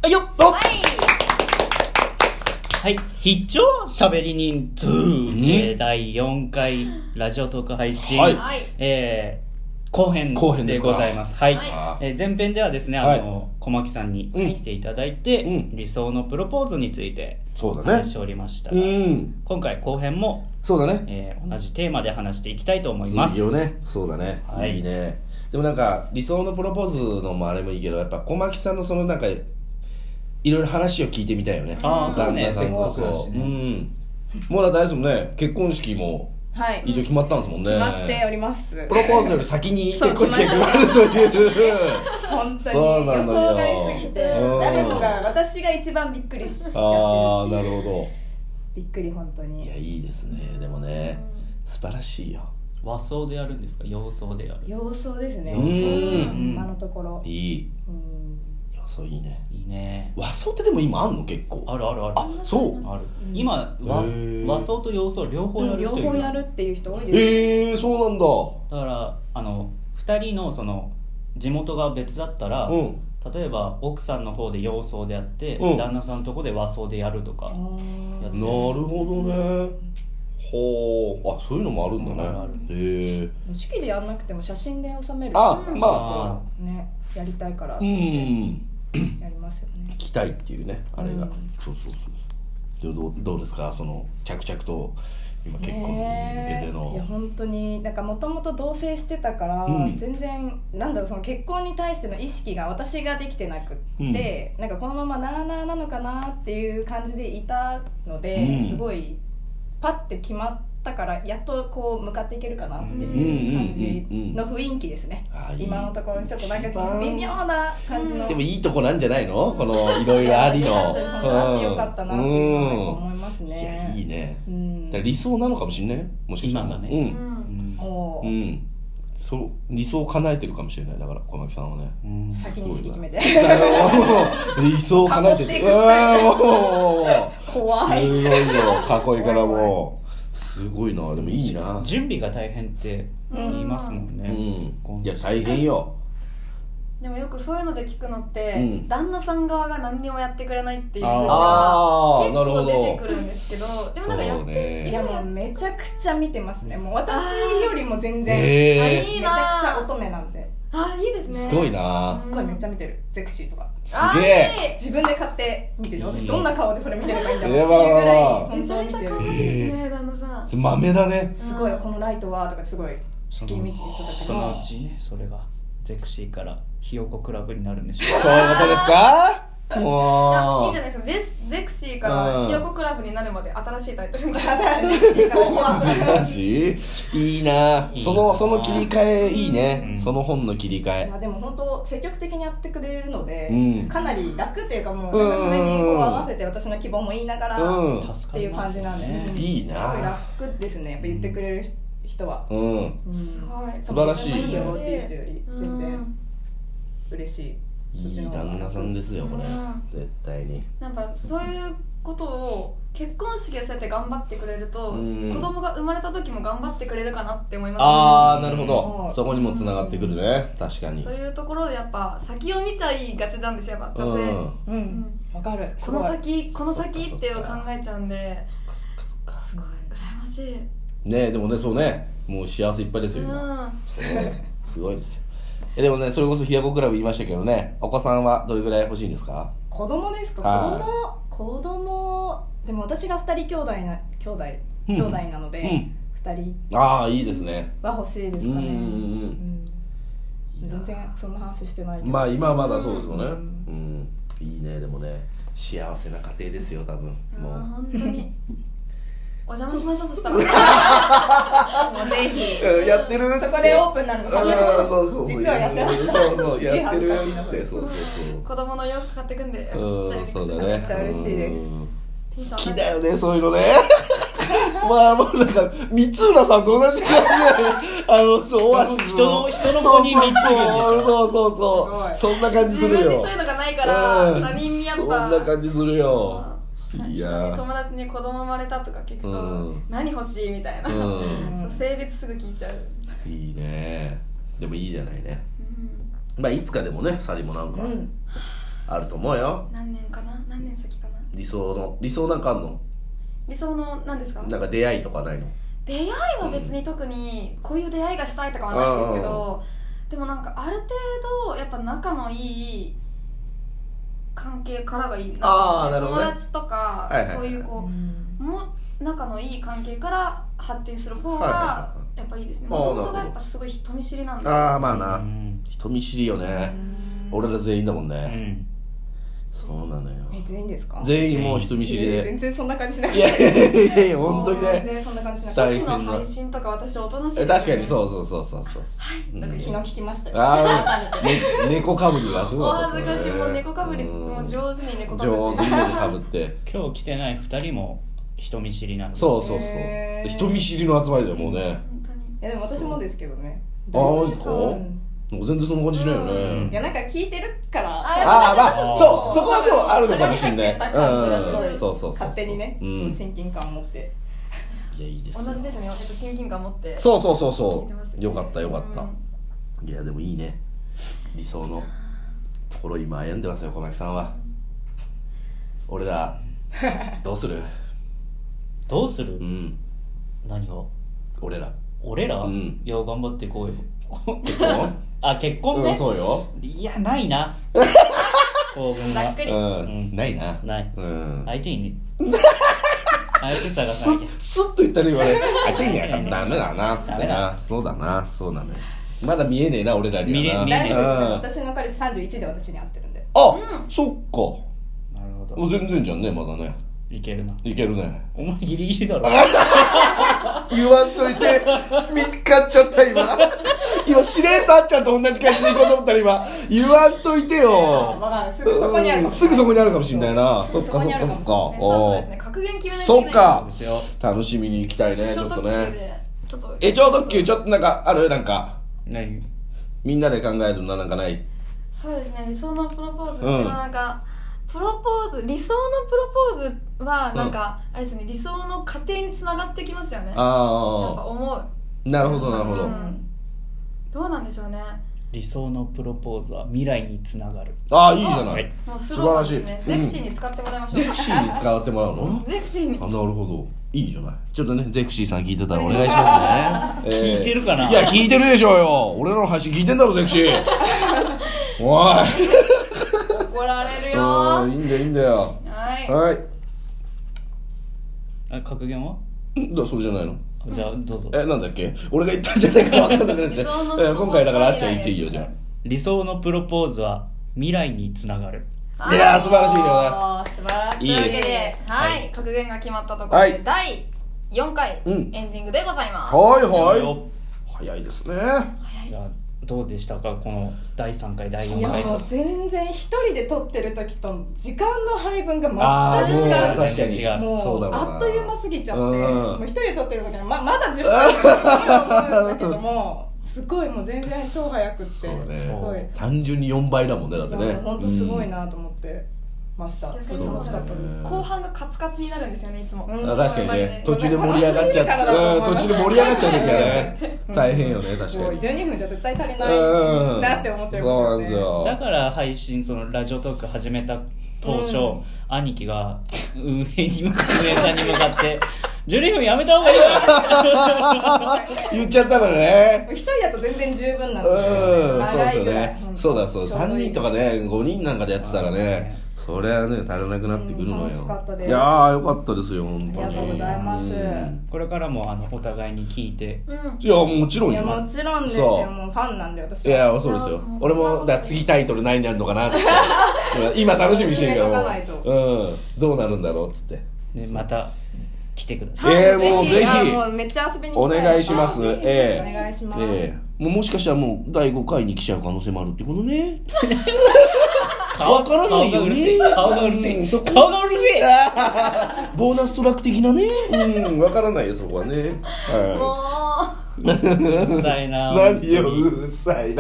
はいよっおはい、必聴喋り人2、第4回ラジオトーク配信、 はい後編でございます。はい、前編ではですね、小牧さんに来ていただいて、理想のプロポーズについて話しておりましたが、今回後編もそうだね、 同じテーマで話していきたいと思います。 続きをね、そうだね、いいね。でもなんか理想のプロポーズのもあれもいいけど、やっぱ小牧さんのそのなんかいろいろ話を聞いてみたいよね。 そうね、 せっかくだしね。もうだ大ですもんね。結婚式も以上決まったんですもんね。 決まっております。 プロポーズより先に結婚式が決まるという本当にそうなのよ。 予想外すぎて、誰もが私が一番びっくりしちゃってるっていう。 ああ、なるほど。 びっくり本当に。 いや、いいですね。でもね、素晴らしいよ。 和装でやるんですか、洋装でやる？ 洋装ですね。今のところ。 いい。洋装いいね。 いいね。 和装ってでも今あんの結構？ あるあるある。 あ、そう。 ある。今和装と洋装両方やる人いる。 両方やるっていう人多いです。 そうなんだ。 だから2人のその地元が別だったら、例えば奥さんの方で洋装でやって、旦那さんのとこで和装でやるとかやって。 なるほどね。ほう、あ、そういうのもあるんだね。 式でやんなくても写真で収める。 あ、まあね、やりたいからってやりますよね。 聞きたいっていうね、あれが。そう。でどうですか、その着々と今結婚に向けての。 いや本当になんかもともと同棲してたから、全然なんだろう、その結婚に対しての意識が私ができてなくって、なんかこのままなあなあなのかなっていう感じでいたので、すごいパッて決まったからやっとこう向かっていけるかなっていう感じの雰囲気ですね。今のところちょっとなんか微妙な感じの。 でもいいとこなんじゃないの、このいろいろありの。 あってよかったなっていうのは思いますね。 いや、いいね。理想なのかもしれない。もしかしたらね。そう理想を叶えてるかもしれない。だから小牧さんはね、 先に式決めて理想を叶えてる。 怖い。 すごいよ、囲いからもうすごいな。でもいいな。 準備が大変って言いますもんね。 いや大変よ。 でもよくそういうので聞くのって、旦那さん側が何にもやってくれないっていう愚痴が結構出てくるんですけど、でもなんかやっていやもうめちゃくちゃ見てますね。もう私よりも全然めちゃくちゃ乙女なんで。 いいですね。 すごいな。 すごいめっちゃ見てる。ゼクシーとかすげえ。 自分で買って見てる。私どんな顔でそれ見てればいいんだろうっていうぐらいめちゃめちゃ可愛いですね、旦那さん。 豆だね。 すごい、このライトはとかすごい式見てる人たちがそのうちね、それがゼクシーからひよこクラブになるんでしょう。 そういうことですか？ いいじゃないですか。ゼクシーからひよこクラブになるまで新しいタイトルがゼクシーからひよこクラブ。 いいな。その切り替えいいね。その本の切り替え。 でも本当積極的にやってくれるので、かなり楽っていうか、もうなんかそれにこう合わせて私の希望も言いながらっていう感じなんで、 いいな。 すごい楽ですね。やっぱ言ってくれる人は。 すごい素晴らしい。 いいよっていう人より全然嬉しい。 いい旦那さんですよこれ、絶対に。 なんかそういうことを結婚式でそうやって頑張ってくれると、子供が生まれた時も頑張ってくれるかなって思いますね。 なるほど。そこにもつながってくるね。確かにそういうところでやっぱ先を見ちゃいがちなんですよ、やっぱ女性。 わかる。 この先ってを考えちゃうんで、すごい羨ましいね。でもね、そうね、もう幸せいっぱいですよ今。すごいですよ。でもね、それこそひやこクラブ言いましたけどね、お子さんはどれぐらい欲しいんですか？ 子供ですか？子供でも私が2人兄弟なので、2人いいですねは欲しいですかね。全然そんな話してないけど、 まあ今はまだそうですよね。いいね。でもね、幸せな家庭ですよ多分。もう本当にお邪魔しましょう。そしたらもうぜひやってるっつって、 そこでオープンなのかな。そう実はやってました。 そうやってるっつって。そう子供の洋服買ってくんで、ちっちゃいそうだね。 めっちゃ嬉しいです。 好きだよね、そういうのね。まあもうなんか三浦さんと同じ感じだよね。オアシス人の子に貢ぐんでしょ。 そうそんな感じするよ。 自分にそういうのがないから他人にやっぱそんな感じするよ。 いや、友達に子供生まれたとか聞くと、何欲しいみたいな、性別すぐ聞いちゃう。 いいね。でもいいじゃないね。まあいつかでもね、サリもなんかあると思うよ。 何年先かな。 理想なんかあんの？ 理想の何ですか？ なんか出会いとかないの？ 出会いは別に特にこういう出会いがしたいとかはないんですけど、でもなんかある程度やっぱ仲のいい関係からがいいな、ね、友達とか、そういうこうも仲のいい関係から発展する方がやっぱいいですね。もともとがやっぱすごい人見知りなんで。 まあな、人見知りよね。俺ら全員だもんね。そうなのよ。 全員ですか？ 全員もう人見知りで。 全然そんな感じしなくて。 いや本当にね。 全然そんな感じしなくて。 初期の配信とか私おとなしいですね。 確かにそう。はい。 なんか昨日聞きましたよ。 猫かぶりがすごい。 お恥ずかしい。もう猫かぶりもう上手に猫かぶって。 今日来てない2人も人見知りなんです。 そう。人見知りの集まりだよもうね。 いやでも私もですけどね。 マジですか？全然そんな感じしないよね。 いやなんか聞いてるから。 そこはそうあるのかもしれない。 そう勝手にね、親近感を持って。 いやいいです。 同じですね。親近感持って。 そうよかった。いやでもいいね。理想のところ今歩んでますよ小牧さんは。俺らどうする？ 何を？ 俺ら？ いや頑張っていこうよ。 結婚？ 結婚ね。 そうよ。 いやないな。 ざっくり。 ないな。 ない。相手にね。相手探さなきゃ。スッと言ったね今ね。相手にはダメだなつってな。そうだな。そうなのよ。まだ見えねえな俺らにはな。 見えねえ。私の彼氏31で私に会ってるんで。 そっか。 なるほど。 もう全然じゃんねまだね。 いけるね。 お前ギリギリだろ。 言わんといて。見つかっちゃった今しれっとあっちゃんと同じ感じで行こうと思ったら今言わんといてよ。 すぐそこにあるかもしれない。 すぐそこにあるかもしれないな。そっか。 そうですね。格言決めなきゃいけない。 そっか。楽しみに行きたいねちょっとね。超特急ちょっとなんかある？なんか何？ みんなで考えるのなんかない？ そうですね。理想のプロポーズでもなんか理想のプロポーズはなんか、あれですね、理想の家庭につながってきますよね。やっぱ思う。 なるほど。 どうなんでしょうね。 理想のプロポーズは未来につながる。 いいじゃない。 もう素晴らしい。ゼクシーに使ってもらいましょう。 ゼクシーに使ってもらうの？ ゼクシーに。 なるほど。いいじゃない。ちょっとねゼクシーさん聞いてたらお願いしますね。 聞いてるかな？ いや聞いてるでしょうよ。俺らの配信聞いてんだろゼクシー。おい。 怒られるよ。 いいんだよ。はい。 格言は？ それじゃないの？ じゃあどうぞ。 なんだっけ？俺が言ったんじゃないか分かんなくなっちゃう。今回だからあっちゃん言っていいよじゃあ。 理想のプロポーズは未来につながる。 いや素晴らしいでございます。 素晴らしい。 というわけで、格言が決まったところで第4回エンディングでございます。 早いですね。 じゃあどうでしたかこの第3回第4回。 いやもう全然一人で撮ってる時と時間の配分が全く違う。 確かに違う。 もうあっという間すぎちゃって、もう一人で撮ってる時にまだ10分なんだけどもすごいもう全然超早くってすごい単純に4倍だもんねだってね。 本当すごいなと思ってました。楽しかったです。 後半がカツカツになるんですよねいつも。 確かにね途中で盛り上がっちゃって時はね大変よね確かに。 12分じゃ絶対足りないなって思っちゃう。 そうなんですよ。 だから配信そのラジオトーク始めた当初兄貴が運営さんに向かって12分やめた方がいいよ言っちゃったのね。 一人だと全然十分なんでそうですよね。そうだ3人とかね5人なんかでやってたらねそれはね足らなくなってくるのよ。 楽しかったです。 いやーよかったですよ本当に。 ありがとうございます。 これからもお互いに聞いて。 いやもちろんよ。 もちろんですよ。もうファンなんで私は。 いやそうですよ。俺も次タイトル何になるのかなって今楽しみにしてるけどどうなるんだろうっつって。 また来てください。 もうぜひもうめっちゃ遊びに来お願いします。 お願いします。 もしかしたらもう第5回に来ちゃう可能性もあるってことね。わからないよね。 顔がうるせえ。 ボーナストラック的なね。わからないよそこはね。 うるさいな。 何ようるさいな。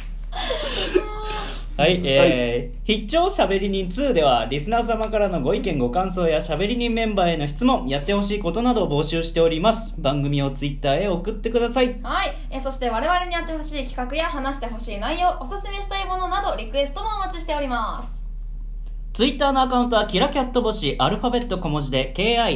はい、必聴しゃべり人2ではリスナー様からのご意見ご感想やしゃべり人メンバーへの質問やってほしいことなどを募集しております。番組をツイッターへ送ってください。 はい、そして我々にやってほしい企画や話してほしい内容おすすめしたいものなどリクエストもお待ちしております。 ツイッターのアカウントはキラキャット星、アルファベット小文字で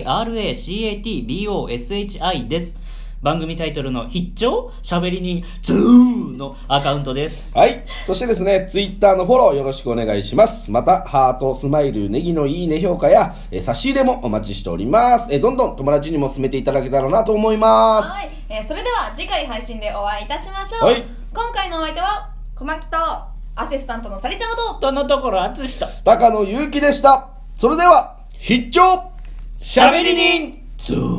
KIRACATBOSHI です。番組タイトルの必聴喋り人ズーのアカウントです。 はい。そしてですね、ツイッターのフォローよろしくお願いします。また、ハート、スマイル、ネギのいいね評価や、差し入れもお待ちしております。どんどん友達にも進めていただけたらなと思います。 はい。それでは次回配信でお会いいたしましょう。はい。今回のお相手は、小牧と、アシスタントのさりちゃまと、 どのところあつしと、 高野ゆうきでした。それでは、必聴喋り人ズー